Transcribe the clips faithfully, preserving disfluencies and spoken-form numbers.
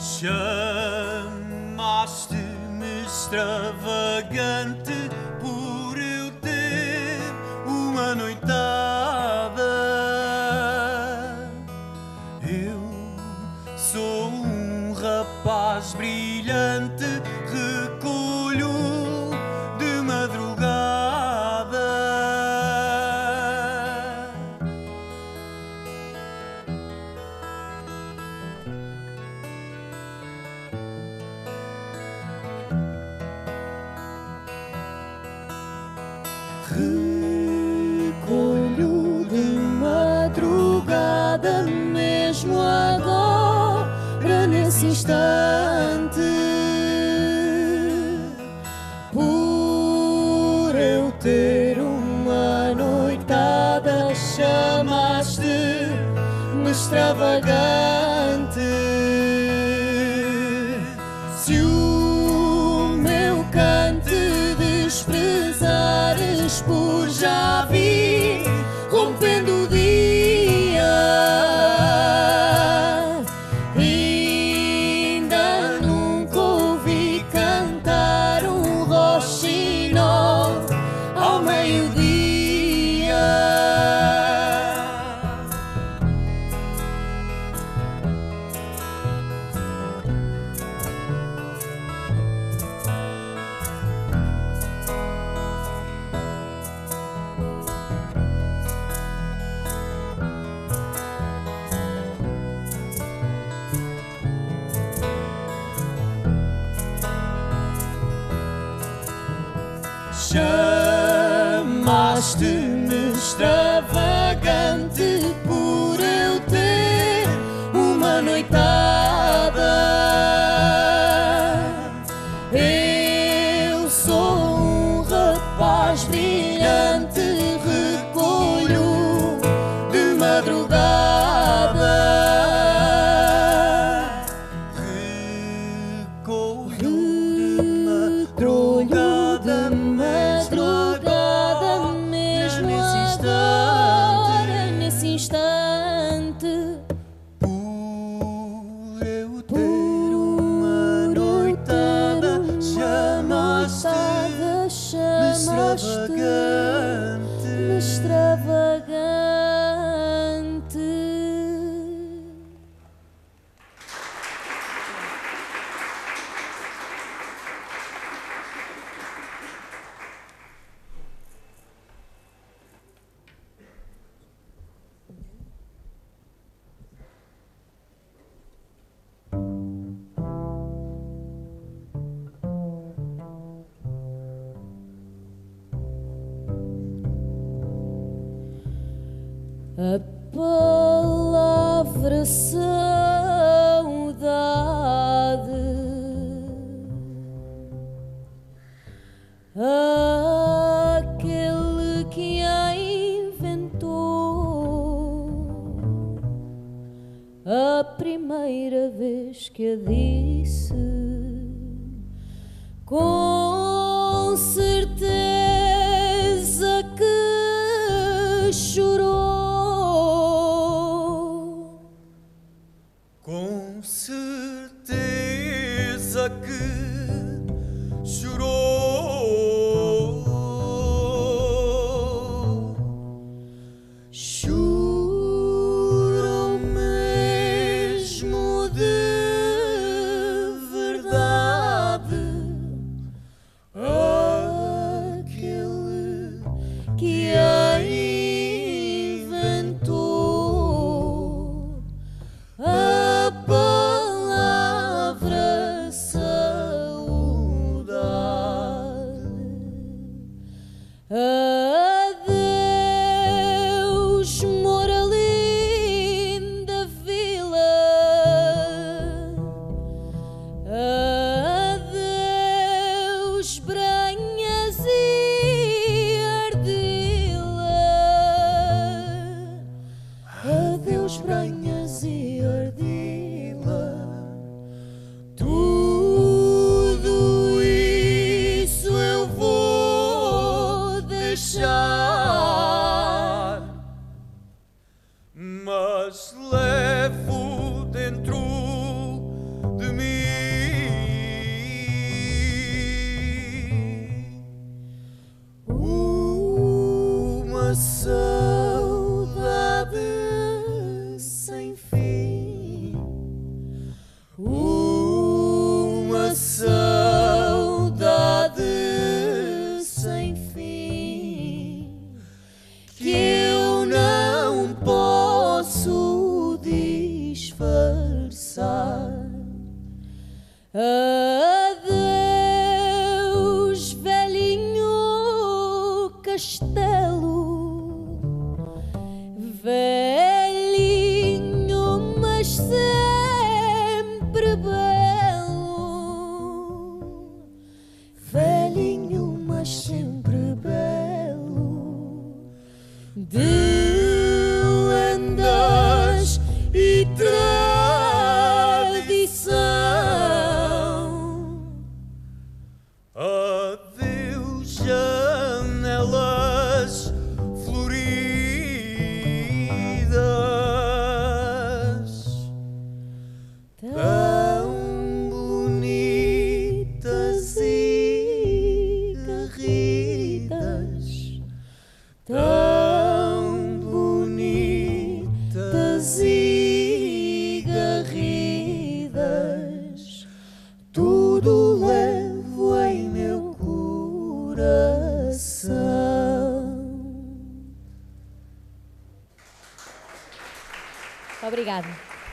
Chamaste-me extravagante por eu ter uma noitada. Eu sou um rapaz brilhante, recolho de madrugada. Recolho de madrugada, mesmo agora, nesse instante. Por eu ter uma noitada, chamaste-me extravagante. Se o meu canto desprezares, por já vi rompendo o dia, ainda nunca ouvi cantar um roxinol ao meio-dia. Chamaste-me extravagante por eu ter uma noitada. Eu sou um rapaz brilhante, recolho de madrugada. Recolho de madrugada, madrugada, mesmo agora, nesse instante. Por eu ter uma noitada, chamaste-me extravagante. extravagante. A palavra saudade, aquele que a inventou, a primeira vez que a disse, com certeza que chorou. Com certeza que chorou. Chorou mesmo de verdade, aquele que a inventou, a palavra saudade. Adeus, mora linda vila, adeus, Branhas e Ardila, adeus, Branhas e Ardila. Tudo isso eu vou deixar, mas levo dentro de mim velhinho, mas sempre belo, velhinho, mas sempre belo, de lendas e tradição. Adeus, janelas floridas, tão bonitas e garridas, tão bonitas e garridas, tudo levo em meu coração. Obrigada.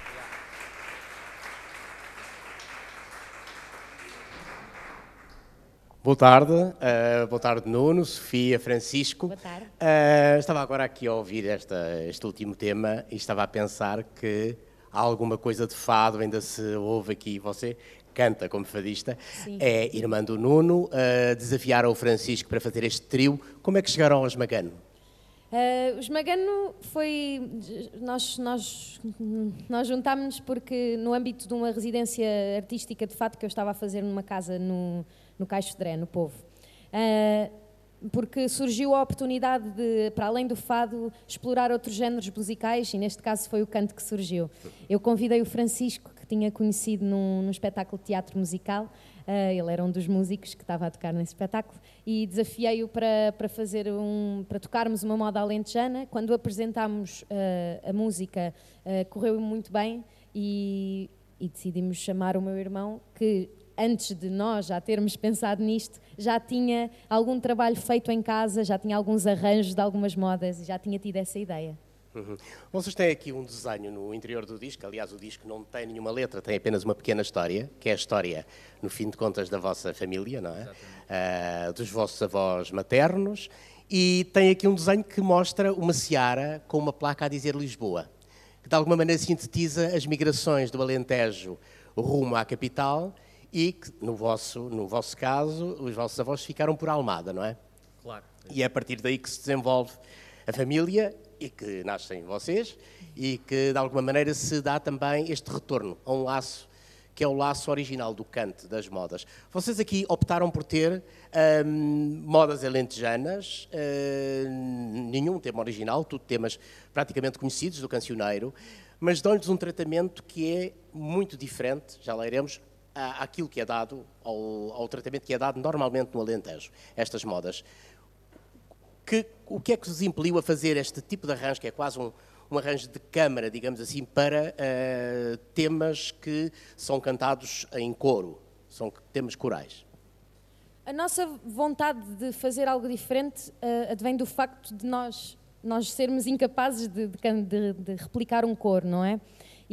Boa tarde, uh, boa tarde Nuno, Sofia, Francisco. Boa tarde. Uh, estava agora aqui a ouvir esta, este último tema e estava a pensar que há alguma coisa de fado, ainda se ouve aqui, você canta como fadista. Sim. É irmã do Nuno, uh, desafiaram o Francisco para fazer este trio. Como é que chegaram aos Magano? Uh, o Esmagano foi... Nós, nós, nós juntámos-nos porque no âmbito de uma residência artística de fado que eu estava a fazer numa casa no, no Caixo de Dré, no Povo. Uh, porque surgiu a oportunidade de, para além do fado, explorar outros géneros musicais e neste caso foi o canto que surgiu. Eu convidei o Francisco, que tinha conhecido num, num espetáculo de teatro musical, uh, ele era um dos músicos que estava a tocar nesse espetáculo, e desafiei-o para, para, fazer um, para tocarmos uma moda alentejana. Quando apresentámos uh, a música, uh, correu muito bem e, e decidimos chamar o meu irmão, que antes de nós já termos pensado nisto, já tinha algum trabalho feito em casa, já tinha alguns arranjos de algumas modas e já tinha tido essa ideia. Uhum. Vocês têm aqui um desenho no interior do disco, aliás o disco não tem nenhuma letra, tem apenas uma pequena história, que é a história, no fim de contas, da vossa família, não é? Uh, dos vossos avós maternos, e tem aqui um desenho que mostra uma seara com uma placa a dizer Lisboa, que de alguma maneira sintetiza as migrações do Alentejo rumo à capital e que, no vosso, no vosso caso, os vossos avós ficaram por Almada, não é? Claro. E é a partir daí que se desenvolve a família e que nascem vocês e que, de alguma maneira, se dá também este retorno a um laço que é o laço original do canto das modas. Vocês aqui optaram por ter hum, modas alentejanas, hum, nenhum tema original, tudo temas praticamente conhecidos do cancioneiro, mas dão-lhes um tratamento que é muito diferente, já lá iremos, àquilo que é dado, ao, ao tratamento que é dado normalmente no Alentejo, estas modas. Que, o que é que vos impeliu a fazer este tipo de arranjo, que é quase um, um arranjo de câmara, digamos assim, para uh, temas que são cantados em coro, são temas corais? A nossa vontade de fazer algo diferente uh, advém do facto de nós, nós sermos incapazes de, de, de, de replicar um coro, não é?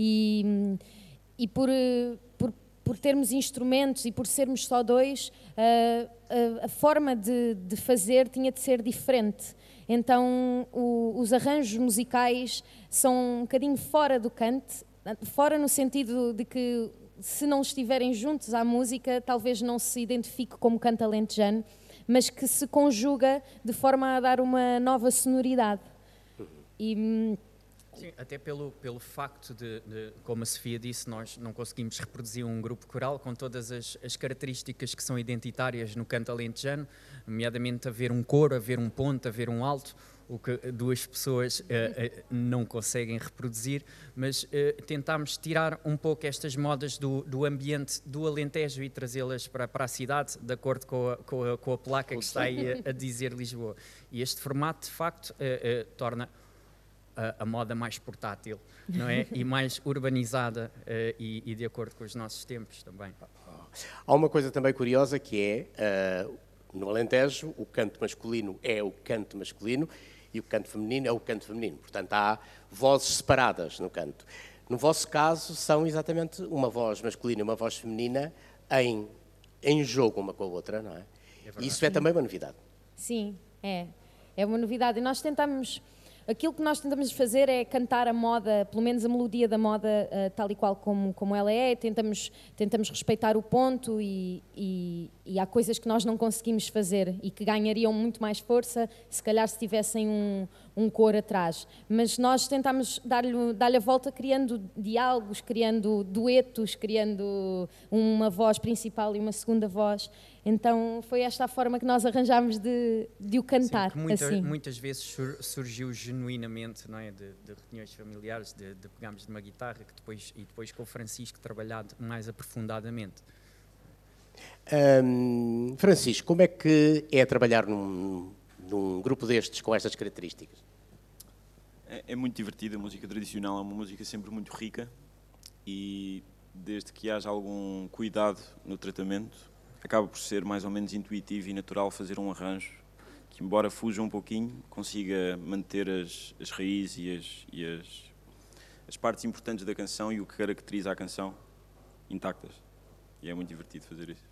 E, e por... por por termos instrumentos e por sermos só dois, uh, a, a forma de, de fazer tinha de ser diferente. Então, o, os arranjos musicais são um bocadinho fora do cante, fora no sentido de que, se não estiverem juntos à música, talvez não se identifique como canto alentejano, mas que se conjuga de forma a dar uma nova sonoridade. E... Sim, até pelo, pelo facto de, de, como a Sofia disse, nós não conseguimos reproduzir um grupo coral com todas as, as características que são identitárias no canto alentejano, nomeadamente haver um coro, haver um ponto, haver um alto, o que duas pessoas uh, uh, não conseguem reproduzir, mas uh, tentámos tirar um pouco estas modas do, do ambiente do Alentejo e trazê-las para, para a cidade, de acordo com a, com a, com a placa que está aí a, a dizer Lisboa. E este formato, de facto, uh, uh, torna A, a moda mais portátil, não é? E mais urbanizada uh, e, e de acordo com os nossos tempos também. Há uma coisa também curiosa que é, uh, no Alentejo, o canto masculino é o canto masculino e o canto feminino é o canto feminino. Portanto, há vozes separadas no canto. No vosso caso, são exatamente uma voz masculina e uma voz feminina em, em jogo uma com a outra, não é? É Isso é também uma novidade. Sim, é. É uma novidade. E nós tentamos... aquilo que nós tentamos fazer é cantar a moda, pelo menos a melodia da moda, uh, tal e qual como, como ela é, tentamos, tentamos respeitar o ponto e, e, e há coisas que nós não conseguimos fazer e que ganhariam muito mais força se calhar se tivessem um, um coro atrás. Mas nós tentamos dar-lhe dar-lhe a volta criando diálogos, criando duetos, criando uma voz principal e uma segunda voz. Então foi esta a forma que nós arranjámos de, de o cantar. Sim, muita, assim. Muitas vezes sur, surgiu genuinamente, não é, de, de reuniões familiares, de, de pegarmos de uma guitarra que depois, e depois com o Francisco trabalhar mais aprofundadamente. Um, Francisco, como é que é trabalhar num, num grupo destes com estas características? É, é muito divertido, a música tradicional é uma música sempre muito rica e desde que haja algum cuidado no tratamento, acaba por ser mais ou menos intuitivo e natural fazer um arranjo que, embora fuja um pouquinho, consiga manter as, as raízes e, as, e as, as partes importantes da canção e o que caracteriza a canção intactas. E é muito divertido fazer isso.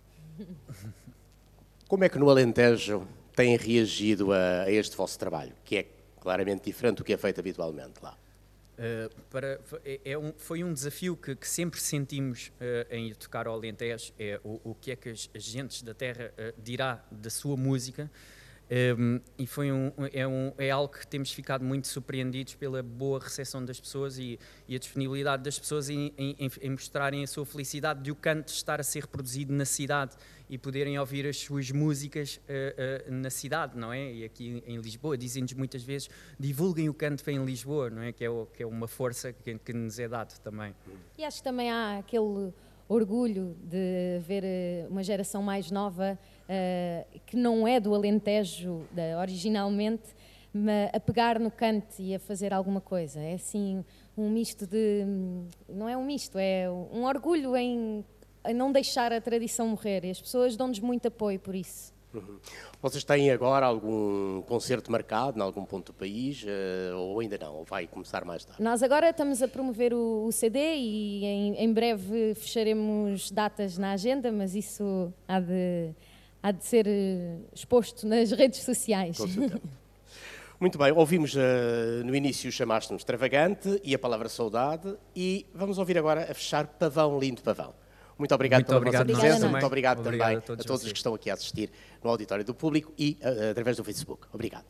Como é que no Alentejo têm reagido a, a este vosso trabalho, que é claramente diferente do que é feito habitualmente lá? Uh, para, é, é um, foi um desafio que, que sempre sentimos uh, em ir tocar ao Alentejo, é o, o que é que as, as gentes da terra uh, dirá da sua música, um, e foi um, é, um, é algo que temos ficado muito surpreendidos pela boa recepção das pessoas e, e a disponibilidade das pessoas em, em, em mostrarem a sua felicidade de o canto estar a ser reproduzido na cidade e poderem ouvir as suas músicas uh, uh, na cidade, não é? E aqui em Lisboa, dizem-nos muitas vezes, divulguem o canto em Lisboa, não é? Que é, o, que é uma força que, que nos é dado também. E acho que também há aquele orgulho de ver uma geração mais nova, uh, que não é do Alentejo uh, originalmente, mas a pegar no canto e a fazer alguma coisa. É assim um misto de... não é um misto, é um orgulho em... a não deixar a tradição morrer, e as pessoas dão-nos muito apoio por isso. Uhum. Vocês têm agora algum concerto marcado em algum ponto do país, uh, ou ainda não, ou vai começar mais tarde? Nós agora estamos a promover o, o C D e em, em breve fecharemos datas na agenda, mas isso há de, há de ser exposto nas redes sociais. Muito bem, ouvimos uh, no início, chamaste-nos Extravagante e a palavra saudade, e vamos ouvir agora a fechar Pavão, Lindo Pavão. Muito obrigado muito pela obrigado vossa presença, também. muito obrigado, Obrigado também a todos, a todos os que estão aqui a assistir no auditório do público e uh, através do Facebook. Obrigado.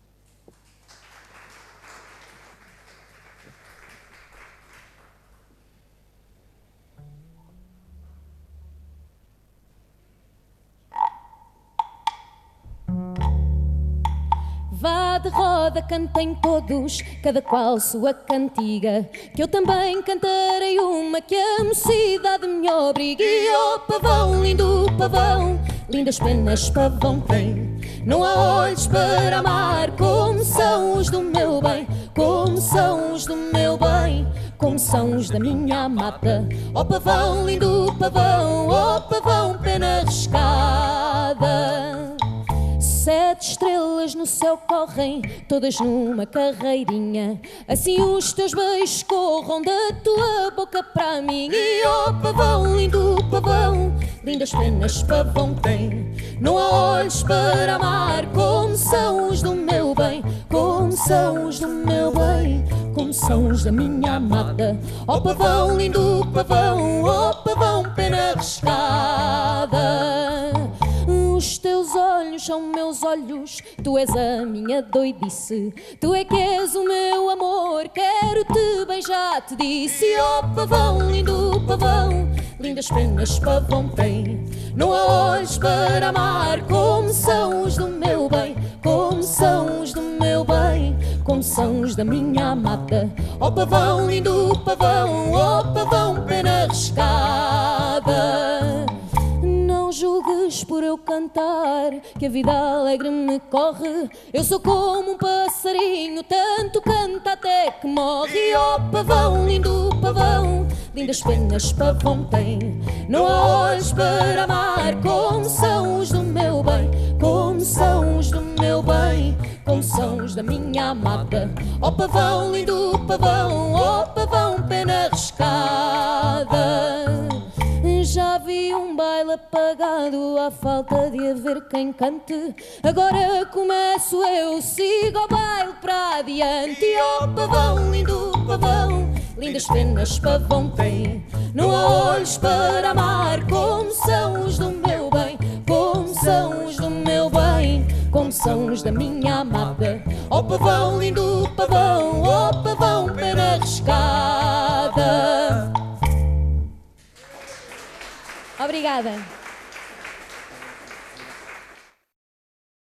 Vá de roda, cantem todos, cada qual sua cantiga, que eu também cantarei uma que a mocidade me obriga. E oh pavão, lindo pavão, lindas penas pavão tem. Não há olhos para amar como são os do meu bem, como são os do meu bem, como são os da minha amada. Oh pavão, lindo pavão, oh pavão, pena arriscada. Sete estrelas no céu correm, todas numa carreirinha, assim os teus beijos corram da tua boca para mim. E oh pavão, lindo pavão, lindas penas pavão tem. Não há olhos para amar como são os do meu bem, como são os do meu bem, como são os da minha amada. Oh pavão, lindo pavão, oh pavão, pena arriscada. Os teus olhos são meus olhos, tu és a minha doidice, tu é que és o meu amor, quero-te bem, já te disse. Oh pavão, lindo pavão, lindas penas pavão tem. Não há olhos para amar como são os do meu bem, como são os do meu bem, como são os da minha amada. Oh pavão, lindo pavão, oh pavão, pena arriscada. Não julgues por eu cantar que a vida alegre me corre. Eu sou como um passarinho, tanto canta até que morre. Oh pavão, lindo pavão, lindas penas pavão tem. Não há olhos para amar como são os do meu bem, como são os do meu bem, como são os da minha amada. Oh pavão, lindo pavão, oh pavão, pena arriscada. Já vi um baile apagado à falta de haver quem cante. Agora começo eu, sigo ao baile para adiante. E ó pavão, lindo pavão, lindas penas pavão tem. Não há olhos para amar como são os do meu bem, como são os do meu bem, como são os da minha amada. Ó pavão, lindo pavão, ó pavão, pena arriscada. Obrigada.